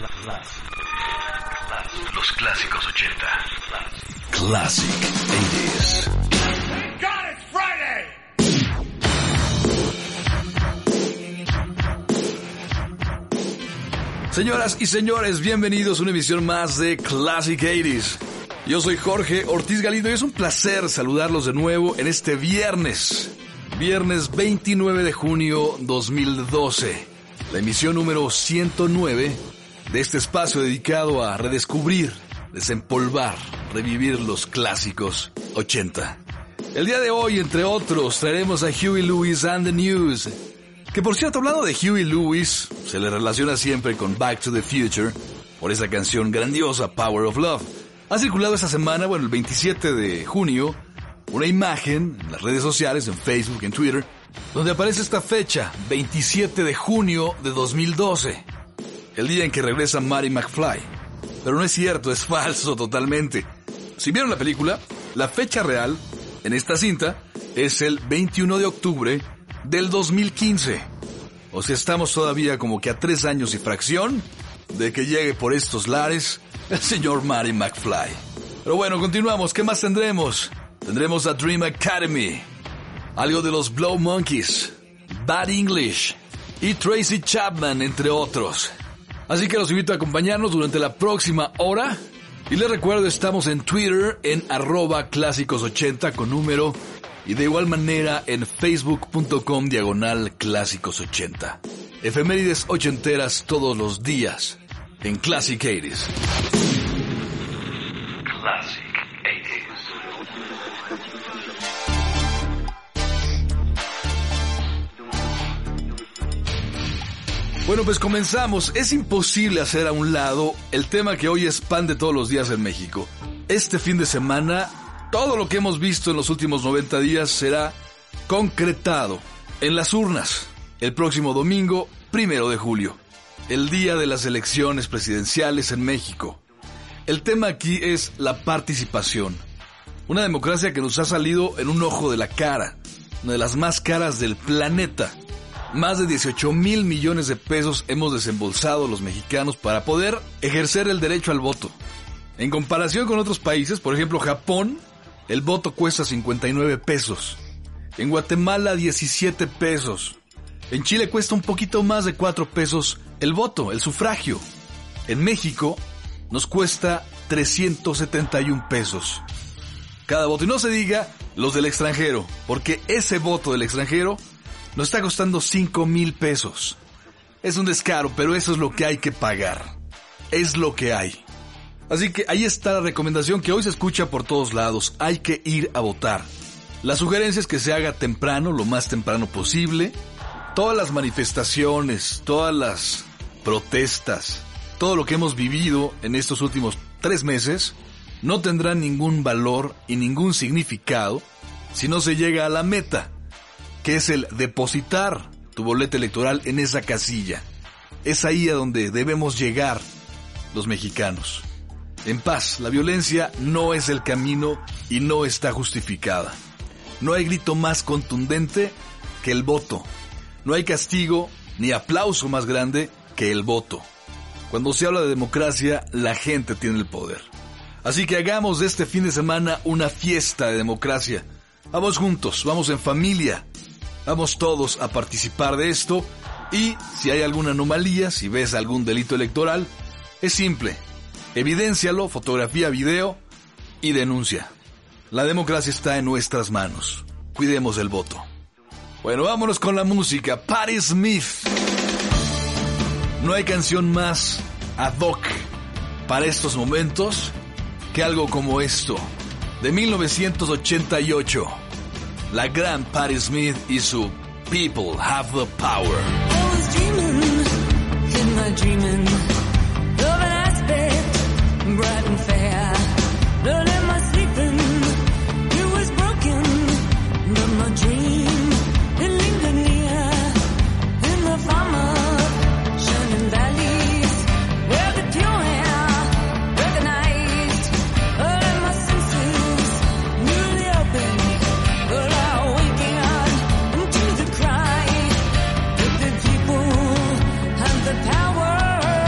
Los clásicos 80. Classic 80s. Thank God it's Friday! Señoras y señores, bienvenidos a una emisión más de Classic 80s. Yo soy Jorge Ortiz Galindo y es un placer saludarlos de nuevo en este viernes 29 de junio 2012, la emisión número 109 de este espacio dedicado a redescubrir, desempolvar, revivir los clásicos 80. El día de hoy, entre otros, traeremos a Huey Lewis and the News, que por cierto, hablando de Huey Lewis, se le relaciona siempre con Back to the Future por esa canción grandiosa Power of Love. Ha circulado esta semana, el 27 de junio, una imagen en las redes sociales, en Facebook, en Twitter, donde aparece esta fecha, 27 de junio de 2012, el día en que regresa Marty McFly. Pero no es cierto, es falso totalmente. Si vieron la película, la fecha real en esta cinta es el 21 de octubre del 2015. O sea, estamos todavía como que a 3 años y fracción de que llegue por estos lares el señor Marty McFly. Pero bueno, continuamos. ¿Qué más tendremos? Tendremos a Dream Academy, algo de los Blow Monkeys, Bad English y Tracy Chapman, entre otros. Así que los invito a acompañarnos durante la próxima hora. Y les recuerdo, estamos en Twitter en @clásicos80 con número. Y de igual manera en facebook.com/clásicos80. Efemérides ochenteras todos los días en Classic 80s. Classic 80s. Bueno, pues comenzamos. Es imposible hacer a un lado el tema que hoy es pan de todos los días en México. Este fin de semana, todo lo que hemos visto en los últimos 90 días será concretado en las urnas el próximo domingo 1 de julio, el día de las elecciones presidenciales en México. El tema aquí es la participación. Una democracia que nos ha salido en un ojo de la cara, una de las más caras del planeta. Más de 18,000 millones de pesos hemos desembolsado los mexicanos para poder ejercer el derecho al voto. En comparación con otros países, por ejemplo Japón, el voto cuesta 59 pesos. En Guatemala 17 pesos. En Chile cuesta un poquito más de 4 pesos el voto, el sufragio. En México nos cuesta 371 pesos cada voto. Y no se diga los del extranjero, porque ese voto del extranjero nos está costando 5,000 pesos. Es un descaro, pero eso es lo que hay que pagar. Es lo que hay. Así que ahí está la recomendación que hoy se escucha por todos lados. Hay que ir a votar. La sugerencia es que se haga temprano, lo más temprano posible. Todas las manifestaciones, todas las protestas, todo lo que hemos vivido en estos últimos 3 meses no tendrá ningún valor y ningún significado si no se llega a la meta, que es el depositar tu boleta electoral en esa casilla. Es ahí a donde debemos llegar los mexicanos. En paz, la violencia no es el camino y no está justificada. No hay grito más contundente que el voto. No hay castigo ni aplauso más grande que el voto. Cuando se habla de democracia, la gente tiene el poder. Así que hagamos de este fin de semana una fiesta de democracia. Vamos juntos, vamos en familia. Vamos todos a participar de esto. Y si hay alguna anomalía, si ves algún delito electoral, es simple. Evidéncialo, fotografía, video y denuncia. La democracia está en nuestras manos. Cuidemos el voto. Bueno, vámonos con la música. Patti Smith. No hay canción más ad hoc para estos momentos que algo como esto, de 1988. La gran Patti Smith y su People Have the Power. I was dreaming, in my dreaming, of an aspect bright and fair. But in my sleeping, it was broken. But my dream, it lingered near. In the farmer, shining valleys, where the pure air recognized. All of my senses newly opened. But I awakened into the cry that the people have the power.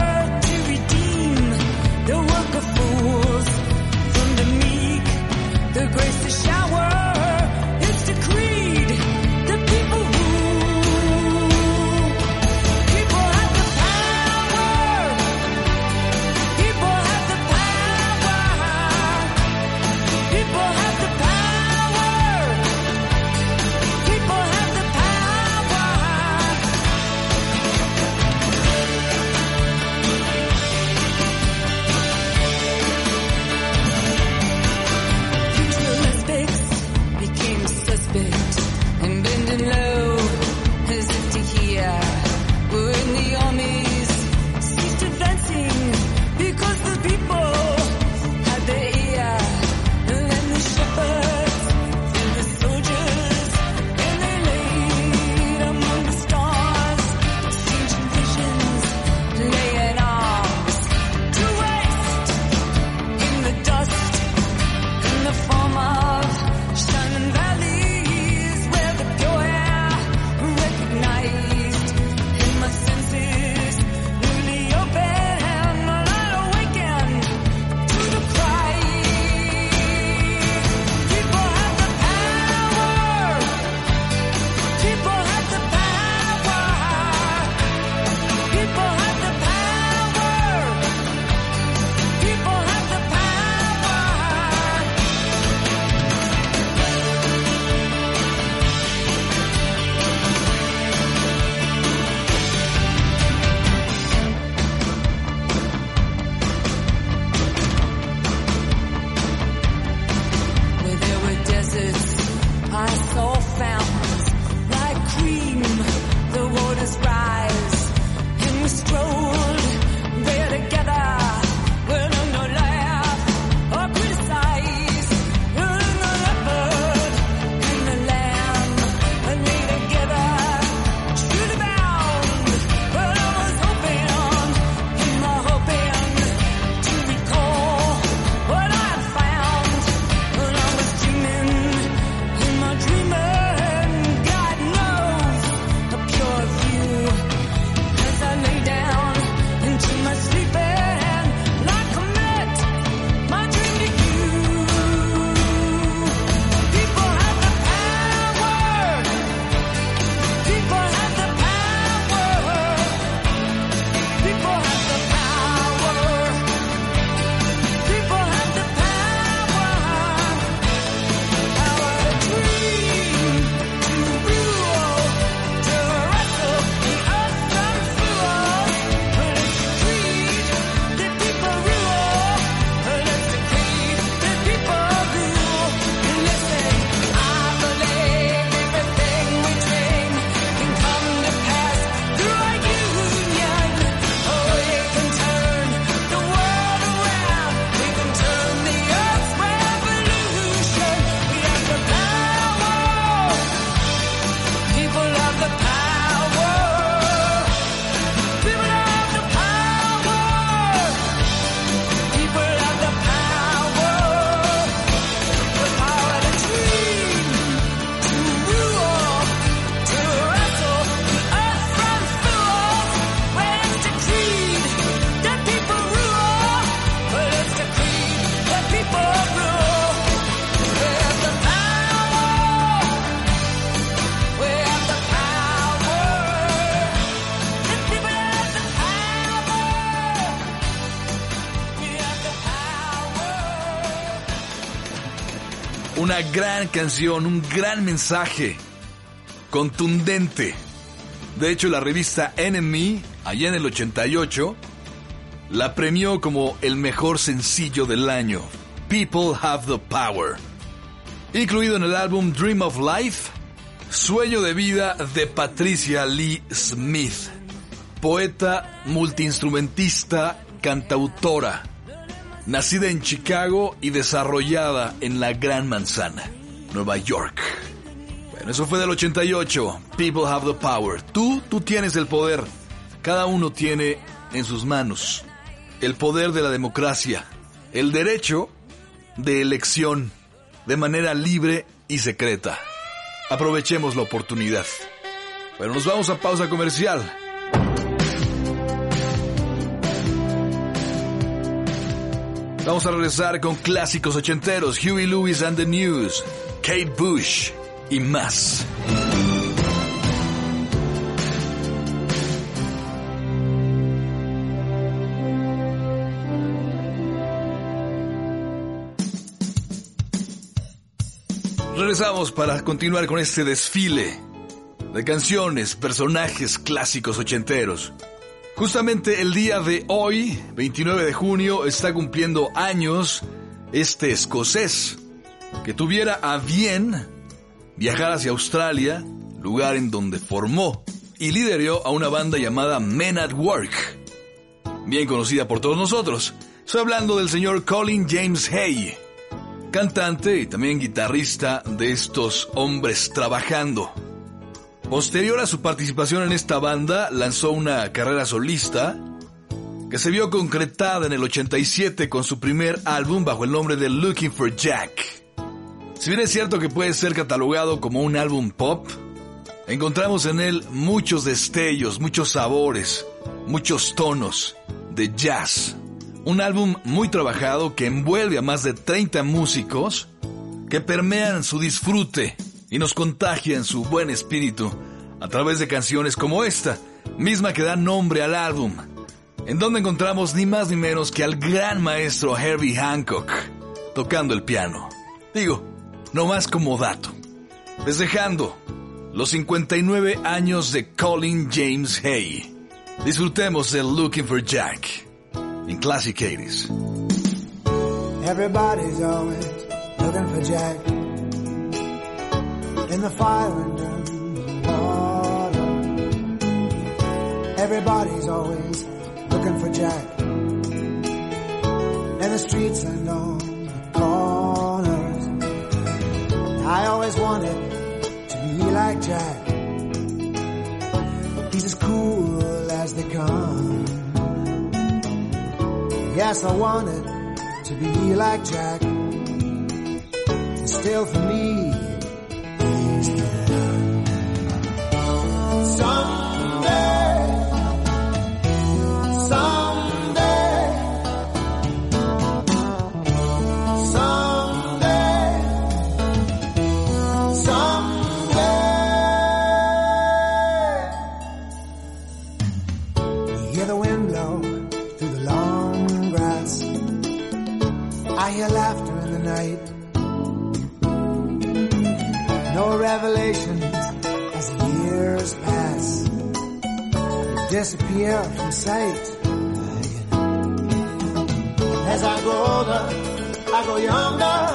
Una gran canción, un gran mensaje, contundente. De hecho, la revista NME, allá en el 88, la premió como el mejor sencillo del año, People Have the Power. Incluido en el álbum Dream of Life, Sueño de Vida de Patricia Lee Smith, poeta, multiinstrumentista, cantautora, nacida en Chicago y desarrollada en la Gran Manzana, Nueva York. Bueno, eso fue del 88, People Have the Power. Tú tienes el poder. Cada uno tiene en sus manos el poder de la democracia, el derecho de elección de manera libre y secreta. Aprovechemos la oportunidad. Bueno, nos vamos a pausa comercial. Vamos a regresar con clásicos ochenteros, Huey Lewis and the News, Kate Bush y más. Regresamos para continuar con este desfile de canciones, personajes clásicos ochenteros. Justamente el día de hoy, 29 de junio, está cumpliendo años este escocés que tuviera a bien viajar hacia Australia, lugar en donde formó y lideró a una banda llamada Men at Work, bien conocida por todos nosotros. Estoy hablando del señor Colin James Hay, cantante y también guitarrista de estos hombres trabajando. Posterior a su participación en esta banda, lanzó una carrera solista que se vio concretada en el 87 con su primer álbum bajo el nombre de Looking for Jack. Si bien es cierto que puede ser catalogado como un álbum pop, encontramos en él muchos destellos, muchos sabores, muchos tonos de jazz. Un álbum muy trabajado que envuelve a más de 30 músicos que permean su disfrute y nos contagian su buen espíritu a través de canciones como esta, misma que da nombre al álbum, en donde encontramos ni más ni menos que al gran maestro Herbie Hancock tocando el piano. Digo, no más como dato. Festejando los 59 años de Colin James Hay. Disfrutemos de Looking for Jack in Classic 80s. Everybody's always looking for Jack in the fire and in the water. Everybody's always looking for Jack in the streets and on the corners. I always wanted to be like Jack. He's as cool as they come. Yes, I wanted to be like Jack. And still for me, he's the one. Someday, someday, someday, someday. You hear the wind blow through the long grass. I hear laughter in the night. No revelations as the years pass. You disappear from sight. As I grow older, I go younger.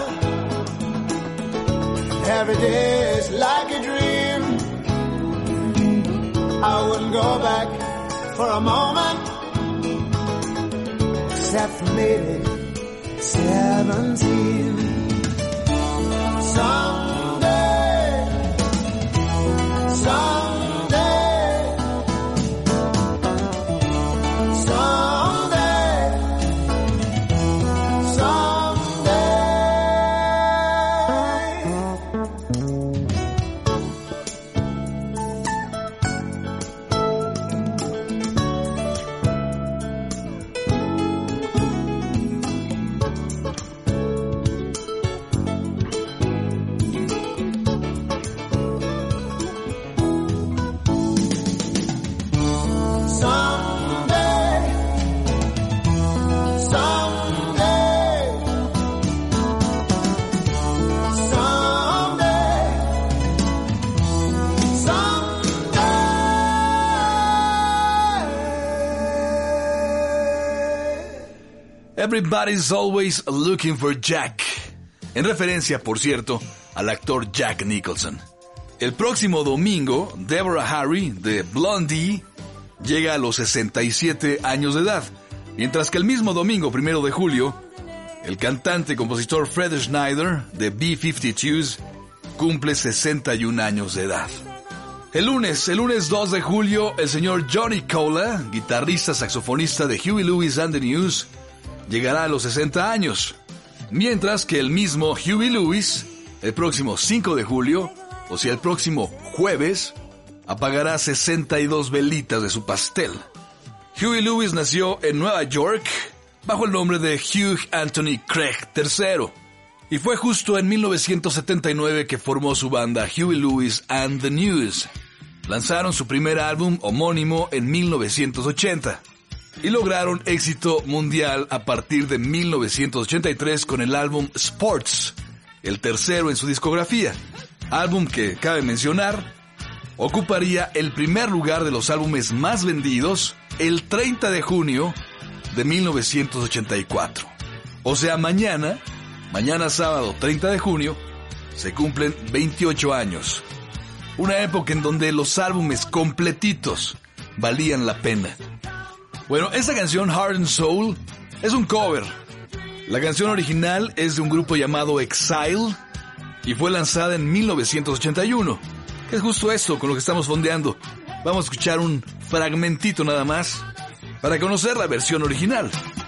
Every day is like a dream. I wouldn't go back for a moment, except for maybe 17. Someday, someday, someday, someday. Everybody's Always Looking for Jack, en referencia, por cierto, al actor Jack Nicholson. El próximo domingo, Deborah Harry, de Blondie, llega a los 67 años de edad, mientras que el mismo domingo, 1 de julio, el cantante y compositor Fred Schneider, de B-52s, cumple 61 años de edad. El lunes 2 de julio, el señor Johnny Cola, guitarrista saxofonista de Huey Lewis and the News, llegará a los 60 años, mientras que el mismo Huey Lewis, el próximo 5 de julio, o sea, el próximo jueves, apagará 62 velitas de su pastel. Huey Lewis nació en Nueva York bajo el nombre de Hugh Anthony Craig III, y fue justo en 1979 que formó su banda Huey Lewis and the News. Lanzaron su primer álbum homónimo en 1980 y lograron éxito mundial a partir de 1983 con el álbum Sports, el tercero en su discografía, álbum que, cabe mencionar, ocuparía el primer lugar de los álbumes más vendidos el 30 de junio de 1984. O sea, mañana sábado 30 de junio, se cumplen 28 años. Una época en donde los álbumes completitos valían la pena. Bueno, esta canción, Heart and Soul, es un cover. La canción original es de un grupo llamado Exile y fue lanzada en 1981. Que es justo esto con lo que estamos fondeando. Vamos a escuchar un fragmentito nada más para conocer la versión original.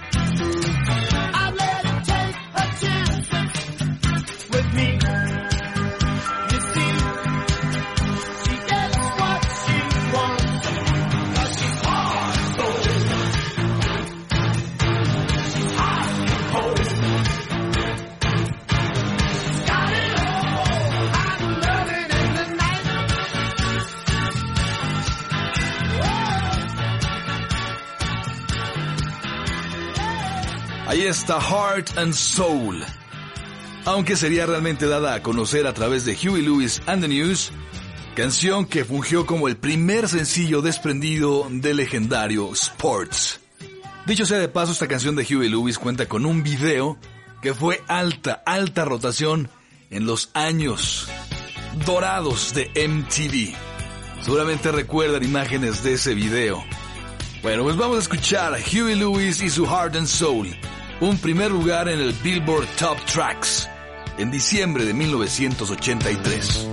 Ahí está Heart and Soul. Aunque sería realmente dada a conocer a través de Huey Lewis and the News, canción que fungió como el primer sencillo desprendido del legendario Sports. Dicho sea de paso, esta canción de Huey Lewis cuenta con un video que fue alta rotación en los años dorados de MTV. Seguramente recuerdan imágenes de ese video. Bueno, pues vamos a escuchar a Huey Lewis y su Heart and Soul, un primer lugar en el Billboard Top Tracks en diciembre de 1983.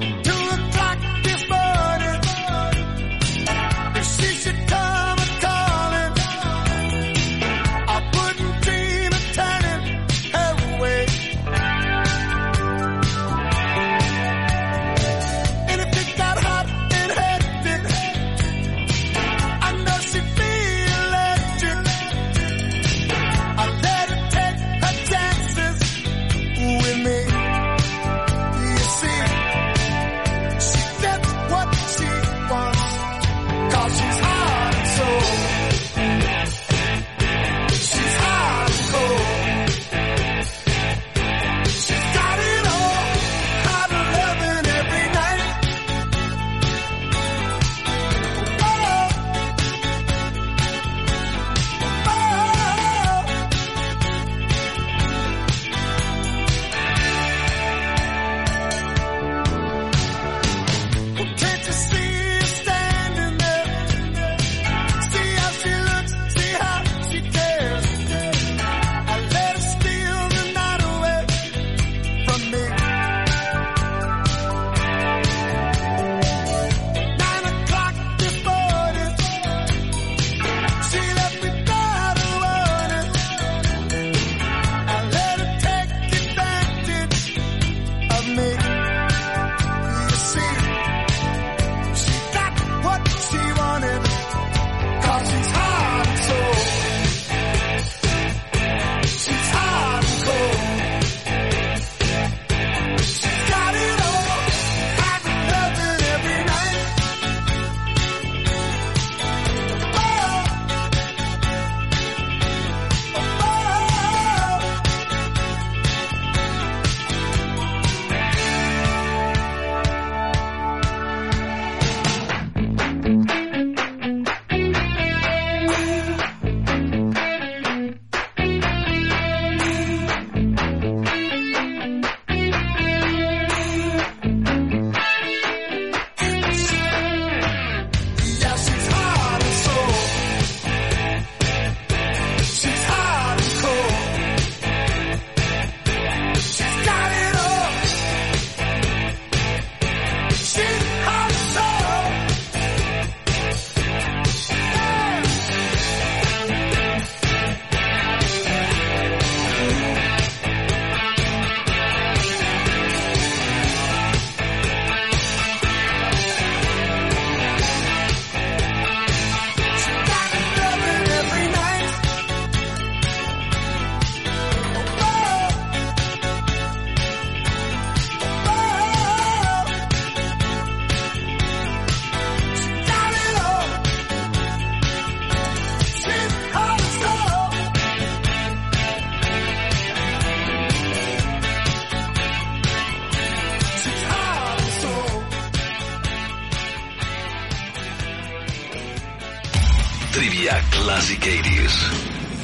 Classic 80s.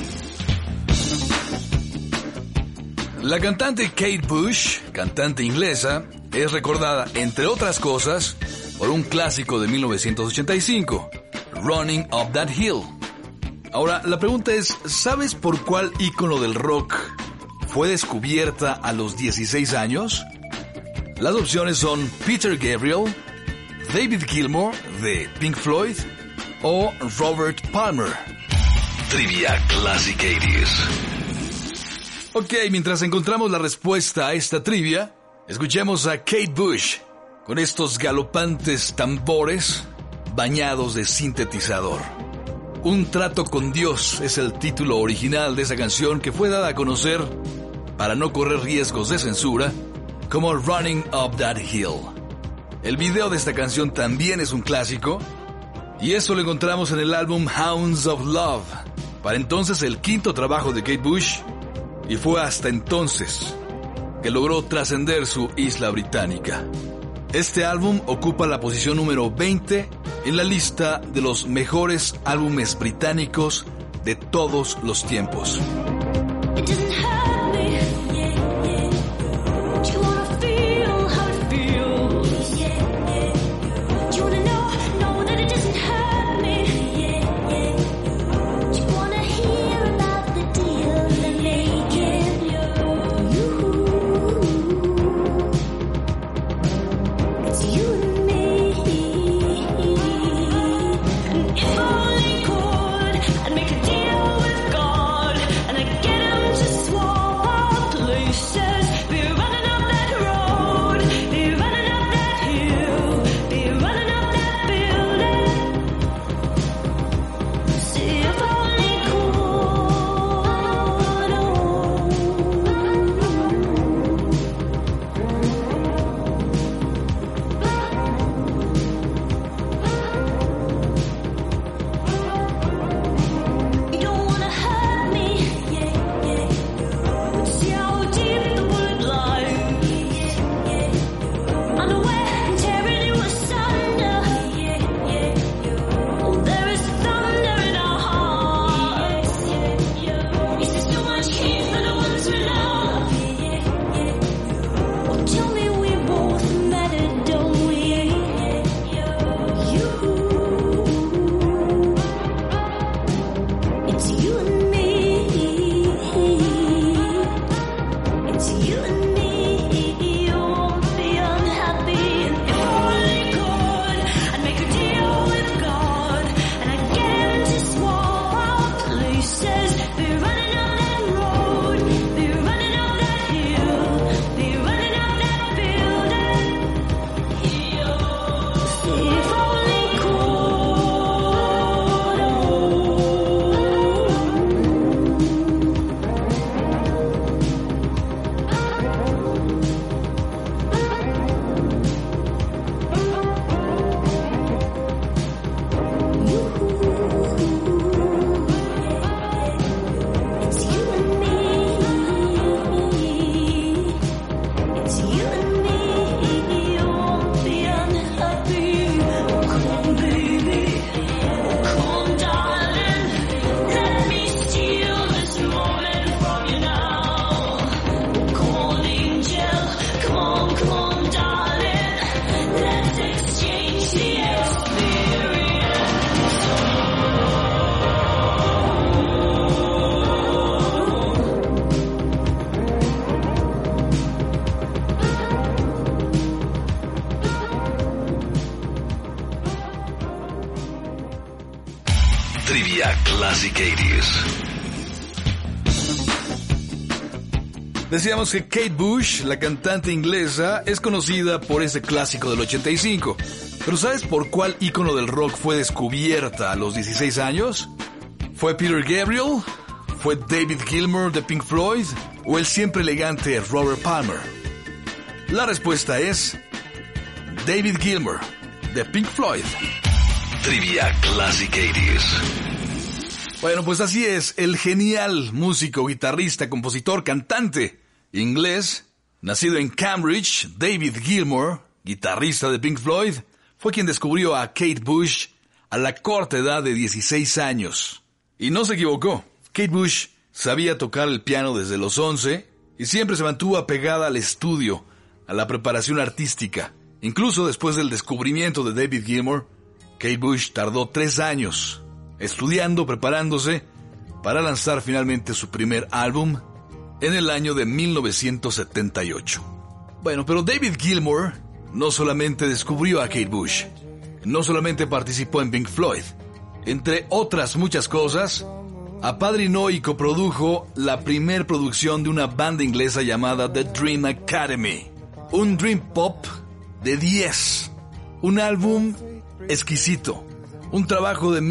La cantante Kate Bush, cantante inglesa, es recordada, entre otras cosas, por un clásico de 1985, Running Up That Hill. Ahora, la pregunta es, ¿sabes por cuál ícono del rock fue descubierta a los 16 años? Las opciones son Peter Gabriel, David Gilmour de Pink Floyd o Robert Palmer. Trivia Classic 80s. Ok, mientras encontramos la respuesta a esta trivia, escuchemos a Kate Bush con estos galopantes tambores bañados de sintetizador. Un trato con Dios es el título original de esa canción que fue dada a conocer, para no correr riesgos de censura, como Running Up That Hill. El video de esta canción también es un clásico, y eso lo encontramos en el álbum Hounds of Love, para entonces el quinto trabajo de Kate Bush, y fue hasta entonces que logró trascender su isla británica. Este álbum ocupa la posición número 20 en la lista de los mejores álbumes británicos de todos los tiempos. Classic 80s. Decíamos que Kate Bush, la cantante inglesa, es conocida por ese clásico del 85. Pero ¿sabes por cuál ícono del rock fue descubierta a los 16 años? ¿Fue Peter Gabriel? ¿Fue David Gilmour de Pink Floyd? ¿O el siempre elegante Robert Palmer? La respuesta es David Gilmour de Pink Floyd. Trivia Classic 80s. Bueno, pues así es, el genial músico, guitarrista, compositor, cantante inglés, nacido en Cambridge, David Gilmour, guitarrista de Pink Floyd, fue quien descubrió a Kate Bush a la corta edad de 16 años. Y no se equivocó. Kate Bush sabía tocar el piano desde los 11 y siempre se mantuvo apegada al estudio, a la preparación artística. Incluso después del descubrimiento de David Gilmour, Kate Bush tardó 3 años estudiando, preparándose para lanzar finalmente su primer álbum en el año de 1978. Bueno, pero David Gilmour no solamente descubrió a Kate Bush, no solamente participó en Pink Floyd, entre otras muchas cosas, apadrinó y coprodujo la primer producción de una banda inglesa llamada The Dream Academy, un dream pop de 10, un álbum exquisito, un trabajo de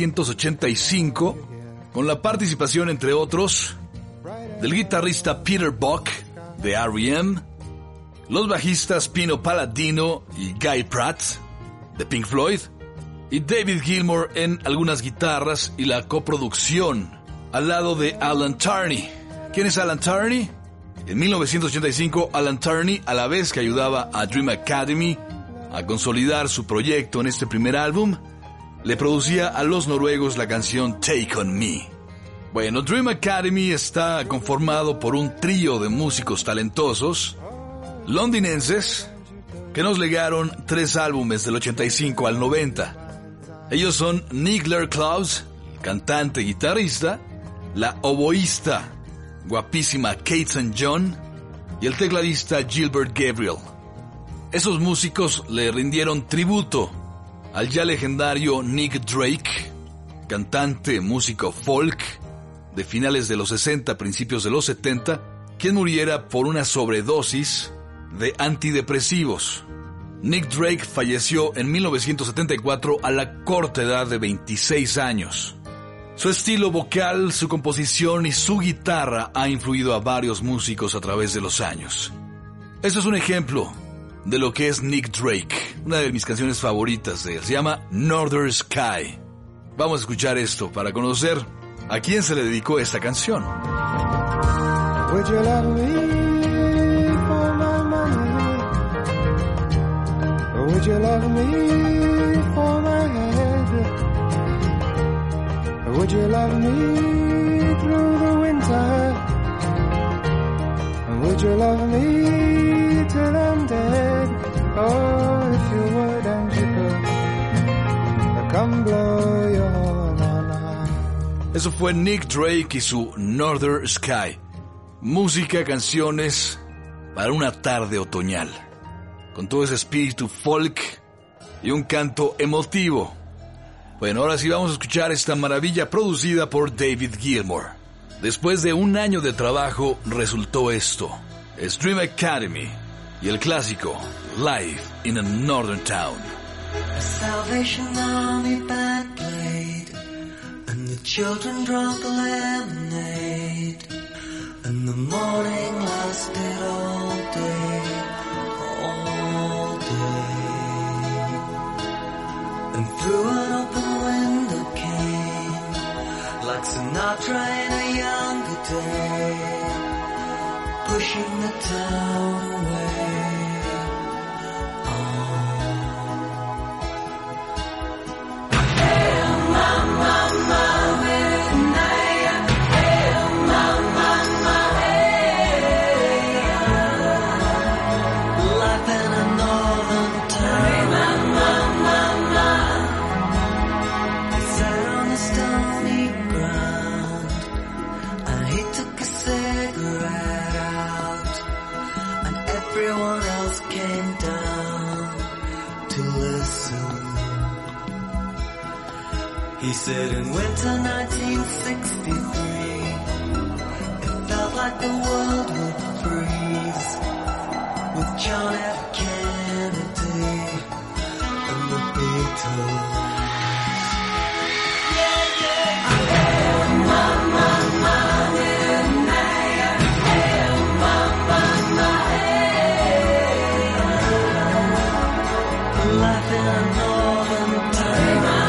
1985 con la participación, entre otros, del guitarrista Peter Buck de R.E.M., los bajistas Pino Palladino y Guy Pratt de Pink Floyd, y David Gilmour en algunas guitarras y la coproducción al lado de Alan Turney. ¿Quién es Alan Turney? En 1985, Alan Turney, a la vez que ayudaba a Dream Academy a consolidar su proyecto en este primer álbum, le producía a los noruegos la canción Take On Me. Bueno, Dream Academy está conformado por un trío de músicos talentosos londinenses que nos legaron 3 álbumes del 85 al 90. Ellos son Nick Laird-Clouse, cantante y guitarrista, la oboísta guapísima Kate St. John y el tecladista Gilbert Gabriel. Esos músicos le rindieron tributo al ya legendario Nick Drake, cantante, músico folk de finales de los 60, principios de los 70, quien muriera por una sobredosis de antidepresivos. Nick Drake falleció en 1974 a la corta edad de 26 años. Su estilo vocal, su composición y su guitarra ha influido a varios músicos a través de los años. Eso es un ejemplo de lo que es Nick Drake, una de mis canciones favoritas de él. Se llama Northern Sky. Vamos a escuchar esto para conocer a quién se le dedicó esta canción. Would you love me for my money? Or would you love me for my head? Or would you love me through the winter? And would you love me till I'm dead? Oh, if you would and you could, I'd come blow your horn on high. Eso fue Nick Drake y su Northern Sky. Música, canciones para una tarde otoñal, con todo ese espíritu folk y un canto emotivo. Bueno, ahora sí vamos a escuchar esta maravilla producida por David Gilmour. Después de un año de trabajo resultó esto. Es Dream Academy y el clásico Live in a Northern Town. A Salvation Army band played, and the children drank lemonade, and the morning lasted all day, and through an open window came, like Sinatra in a younger day, pushing the town away. He said in winter 1963, it felt like the world would freeze, with John F. Kennedy and the Beatles. Life in a northern town.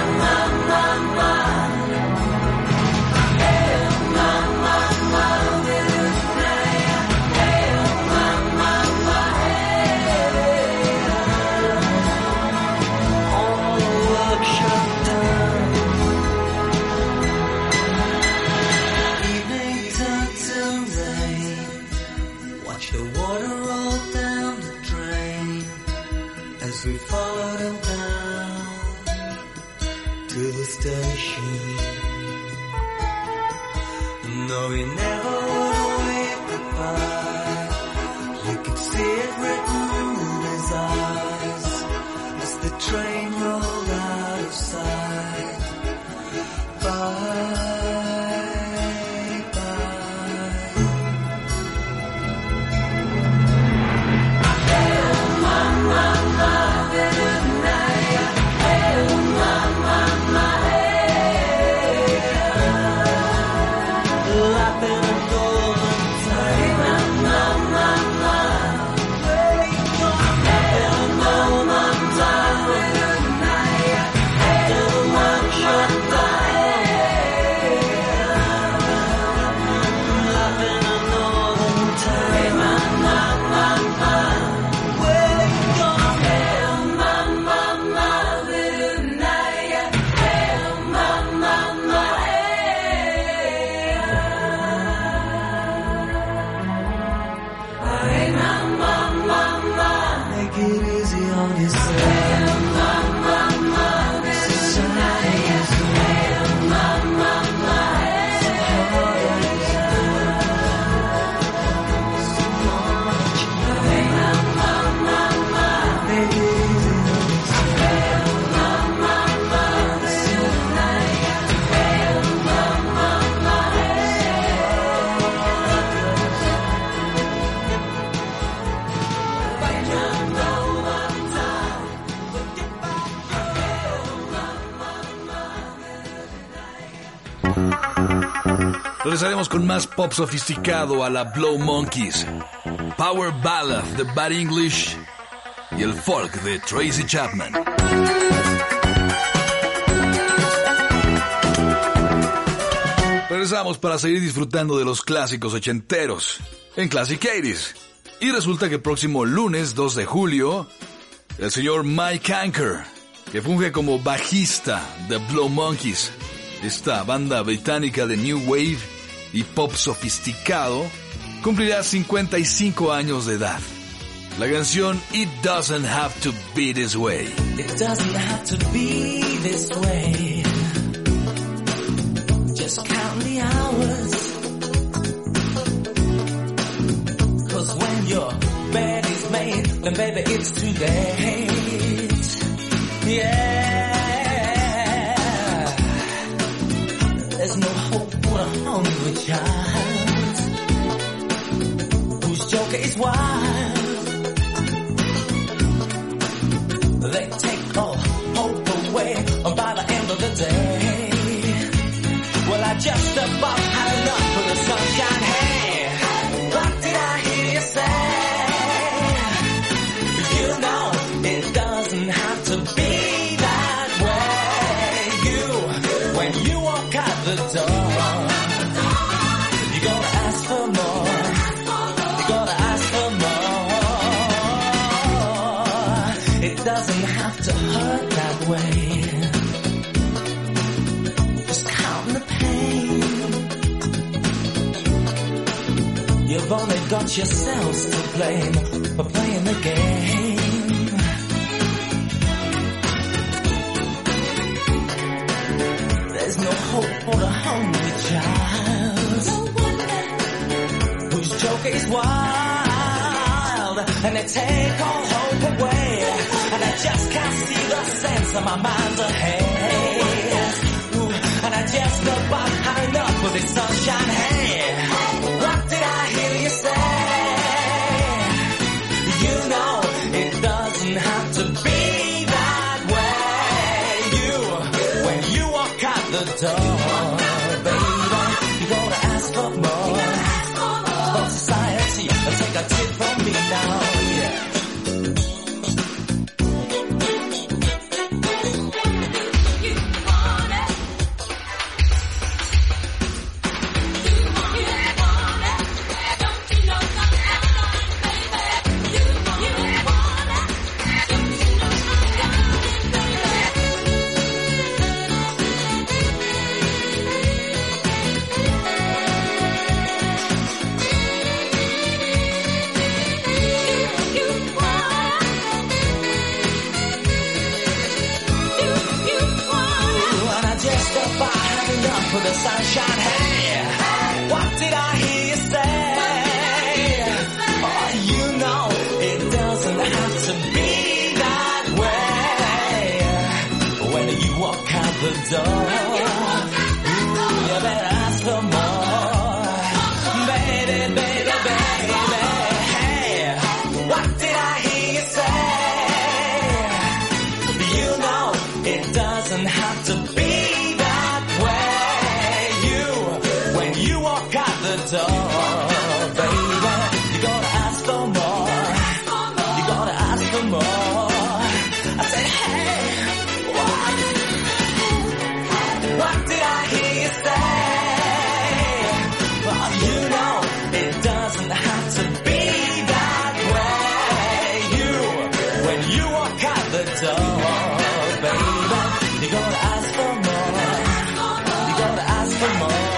though he never would wave goodbye, you could see it written in his eyes as the train rolled out of sight. Bye. Regresaremos con más pop sofisticado a la Blow Monkeys, Power Ballad de Bad English y el folk de Tracy Chapman. Regresamos para seguir disfrutando de los clásicos ochenteros en Classic 80s. Y resulta que el próximo lunes 2 de julio, el señor Mike Anker, que funge como bajista de Blow Monkeys, esta banda británica de New Wave y pop sofisticado, cumplirá 55 años de edad. La canción It Doesn't Have to Be This Way. It doesn't have to be this way. Just count the hours. 'Cause when your bed is made, then baby it's too late. Yeah. There's no hope for a hungry child whose joker is wild. They take all hope away by the end of the day. Well, I just about had enough of the sunshine. Hey, what did I hear you say? You know it doesn't have to be that way. When you walk out the door, you gotta ask for more. You gotta ask for more. It doesn't have to hurt that way. Just count the pain. You've only got yourselves to blame for playing the game. There's no hope for a hungry child whose joke is wild, and they take all hope away. And I just can't see the sense of my mind's ahead. Ooh, and I just about had enough of this sunshine. Hey, what did I hear you say? You know it doesn't have to be that way. When you walk out the door, baby, you gotta ask for more. For society, take a tip from me now, yeah. You want it. door, baby. You gotta ask for more. You gotta ask for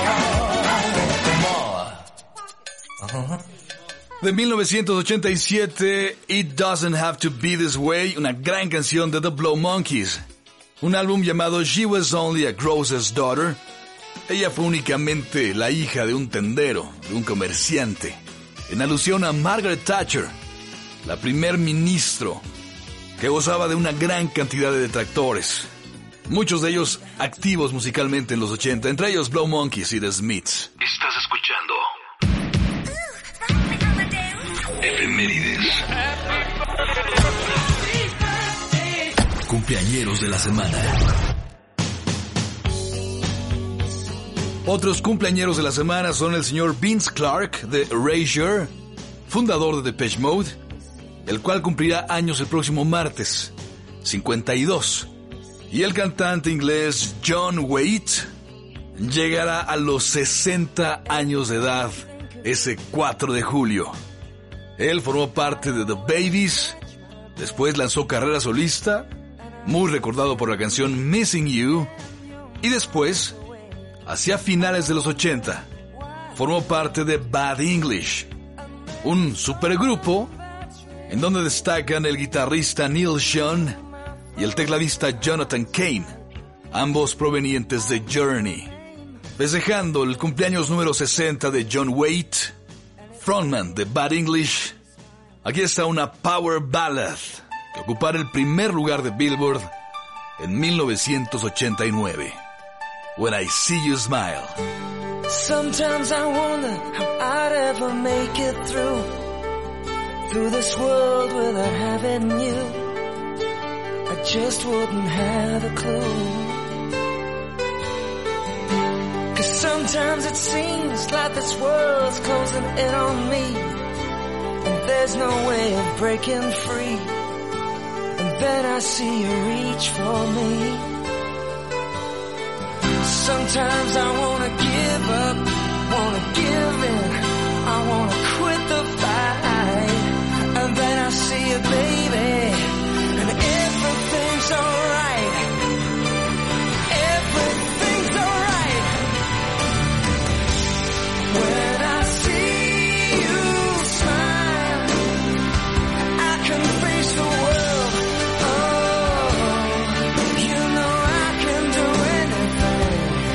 more. De 1987, It Doesn't Have to Be This Way, una gran canción de The Blow Monkeys. Un álbum llamado She Was Only a Grocer's Daughter. Ella fue únicamente la hija de un tendero, de un comerciante, en alusión a Margaret Thatcher, la primer ministro, que gozaba de una gran cantidad de detractores, muchos de ellos activos musicalmente en los 80, entre ellos Blow Monkeys y The Smiths. Estás escuchando Efemérides. Cumpleañeros de la semana. Otros cumpleañeros de la semana son el señor Vince Clarke de Erasure, fundador de Depeche Mode, el cual cumplirá años el próximo martes, 52. Y el cantante inglés John Waite llegará a los 60 años de edad ese 4 de julio. Él formó parte de The Babies, después lanzó carrera solista, muy recordado por la canción Missing You, y después, hacia finales de los 80, formó parte de Bad English, un supergrupo en donde destacan el guitarrista Neil Schon y el tecladista Jonathan Cain, ambos provenientes de Journey. Festejando el cumpleaños número 60 de John Waite, frontman de Bad English, aquí está una power ballad que ocupará el primer lugar de Billboard en 1989. When I See You Smile. Sometimes I wonder how I'd ever make it through this world without having you. I just wouldn't have a clue. 'Cause sometimes it seems like this world's closing in on me, and there's no way of breaking free. And then I see you reach for me. Sometimes I wanna give up, wanna give in, I wanna quit the fight. And then I see you, baby, and everything's alright. Everything's alright. When I see you smile, I can face the world. Oh, you know I can do anything.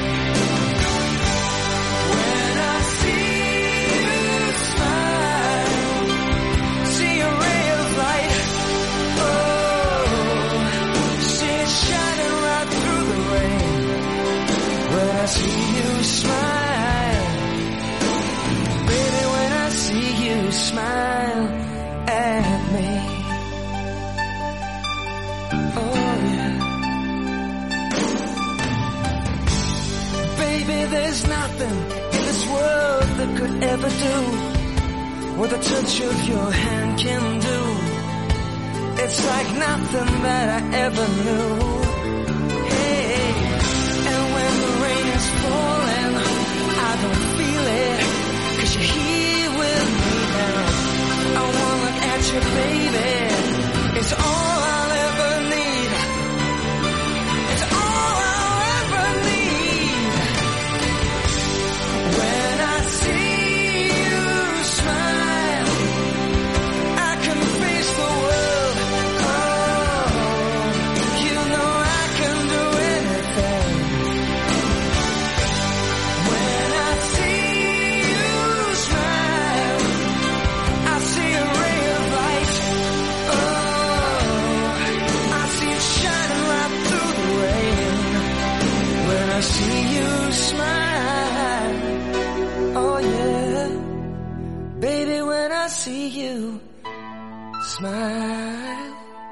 When I see you smile, see a ray of light. Oh, see it shining right through the rain. When I see you smile, baby, when I see you smile at me. Oh yeah. Baby, there's nothing in this world that could ever do what the touch of your hand can do. It's like nothing that I ever knew. Hey, and when the rain is falling, I don't feel it, 'cause you're here with me now. I wanna look at you, baby. It's all I'll ever need. It's all I'll ever need. When I see you smile, I can face the world. Oh, you know I can do anything. When I see you smile, I see a ray of light. Oh, I see it shining right through the rain. When I see you smile, oh yeah, baby, when I see you smile,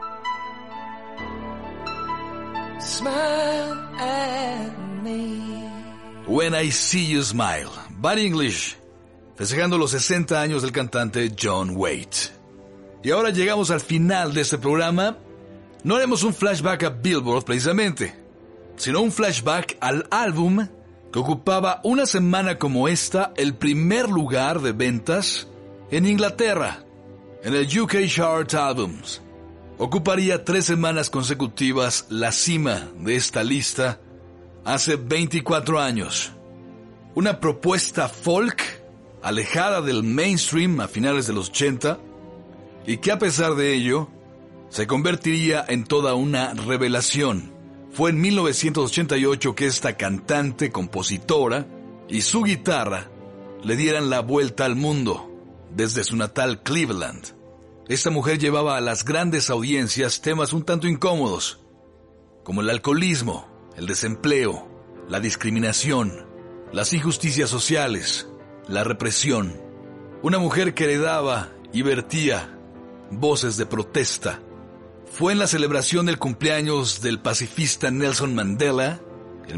smile at me. When I See You Smile, Bad English, festejando los 60 años del cantante John Waite. Y ahora llegamos al final de este programa. No haremos un flashback a Billboard precisamente, sino un flashback al álbum que ocupaba una semana como esta el primer lugar de ventas en Inglaterra, en el UK Chart Albums. ocuparía 3 semanas consecutivas la cima de esta lista hace 24 años. Una propuesta folk alejada del mainstream a finales de los 80 y que a pesar de ello se convertiría en toda una revelación. Fue en 1988 que esta cantante, compositora y su guitarra le dieran la vuelta al mundo desde su natal Cleveland. Esta mujer llevaba a las grandes audiencias temas un tanto incómodos, como el alcoholismo, el desempleo, la discriminación, las injusticias sociales, la represión. Una mujer que heredaba y vertía voces de protesta. Fue en la celebración del cumpleaños del pacifista Nelson Mandela, en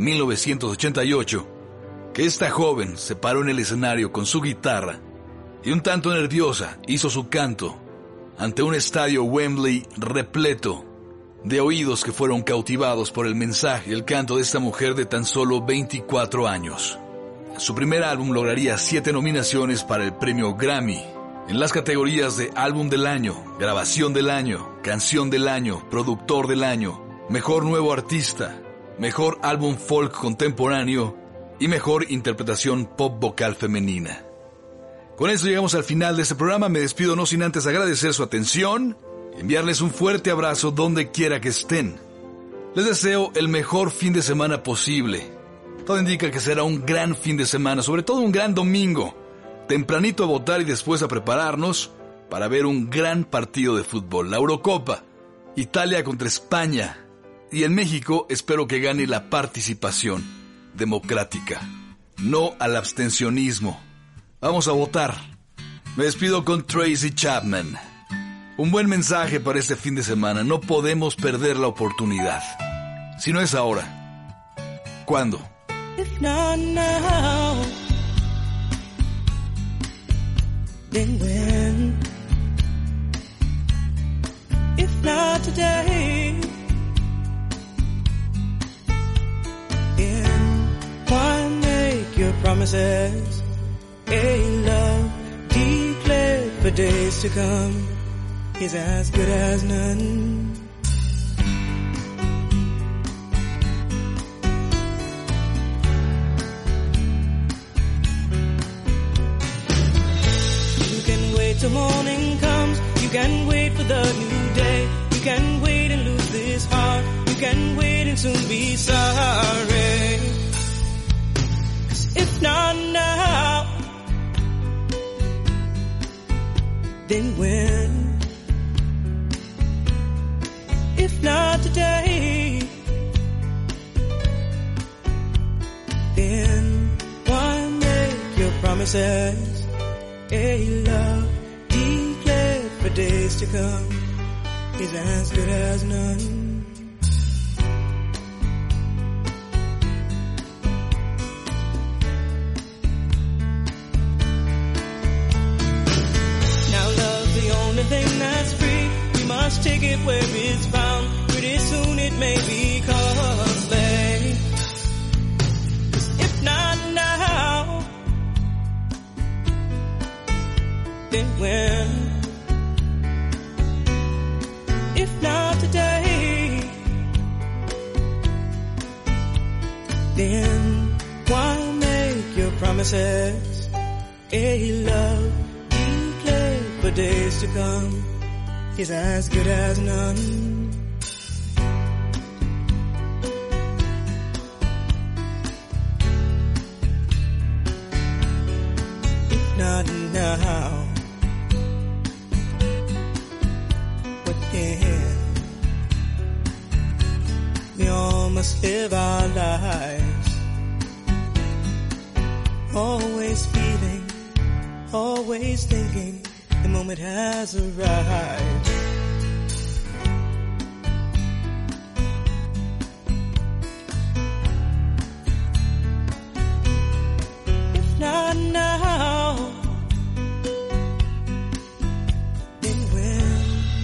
1988, que esta joven se paró en el escenario con su guitarra y un tanto nerviosa hizo su canto ante un estadio Wembley repleto de oídos que fueron cautivados por el mensaje y el canto de esta mujer de tan solo 24 años. Su primer álbum lograría 7 nominaciones para el premio Grammy en las categorías de Álbum del Año, Grabación del Año, Canción del Año, Productor del Año, Mejor Nuevo Artista, Mejor Álbum Folk Contemporáneo y Mejor Interpretación Pop Vocal Femenina. Con eso llegamos al final de este programa. Me despido no sin antes agradecer su atención, enviarles un fuerte abrazo donde quiera que estén. Les deseo el mejor fin de semana posible. Todo indica que será un gran fin de semana, sobre todo un gran domingo. Tempranito a votar y después a prepararnos para ver un gran partido de fútbol. La Eurocopa, Italia contra España. Y en México espero que gane la participación democrática, no al abstencionismo. Vamos a votar. Me despido con Tracy Chapman. Un buen mensaje para este fin de semana. No podemos perder la oportunidad. Si no es ahora, ¿cuándo? If not now, then when? If not today, then why make your promises? A love declared for days to come is as good as none. You can wait till morning comes. You can wait for the new day. You can wait and lose this heart. You can wait and soon be sorry. 'Cause if not now, then when? If not today, then why make your promises? A love declared for days to come is as good as none. Thing that's free, we must take it where it's found. Pretty soon it may be costly. 'Cause if not now, then when? If not today, then why make your promises? A love for days to come is as good as none. If not now, what then? We all must live our lives, always feeling, always thinking the moment has arrived. If not now, then when?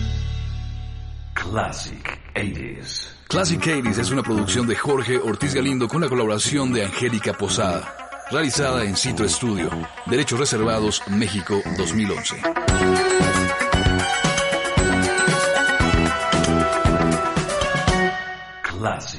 Classic 80s. Classic 80s es una producción de Jorge Ortiz Galindo con la colaboración de Angélica Posada. Realizada en Citro Estudio. Derechos reservados, México 2011. Plus.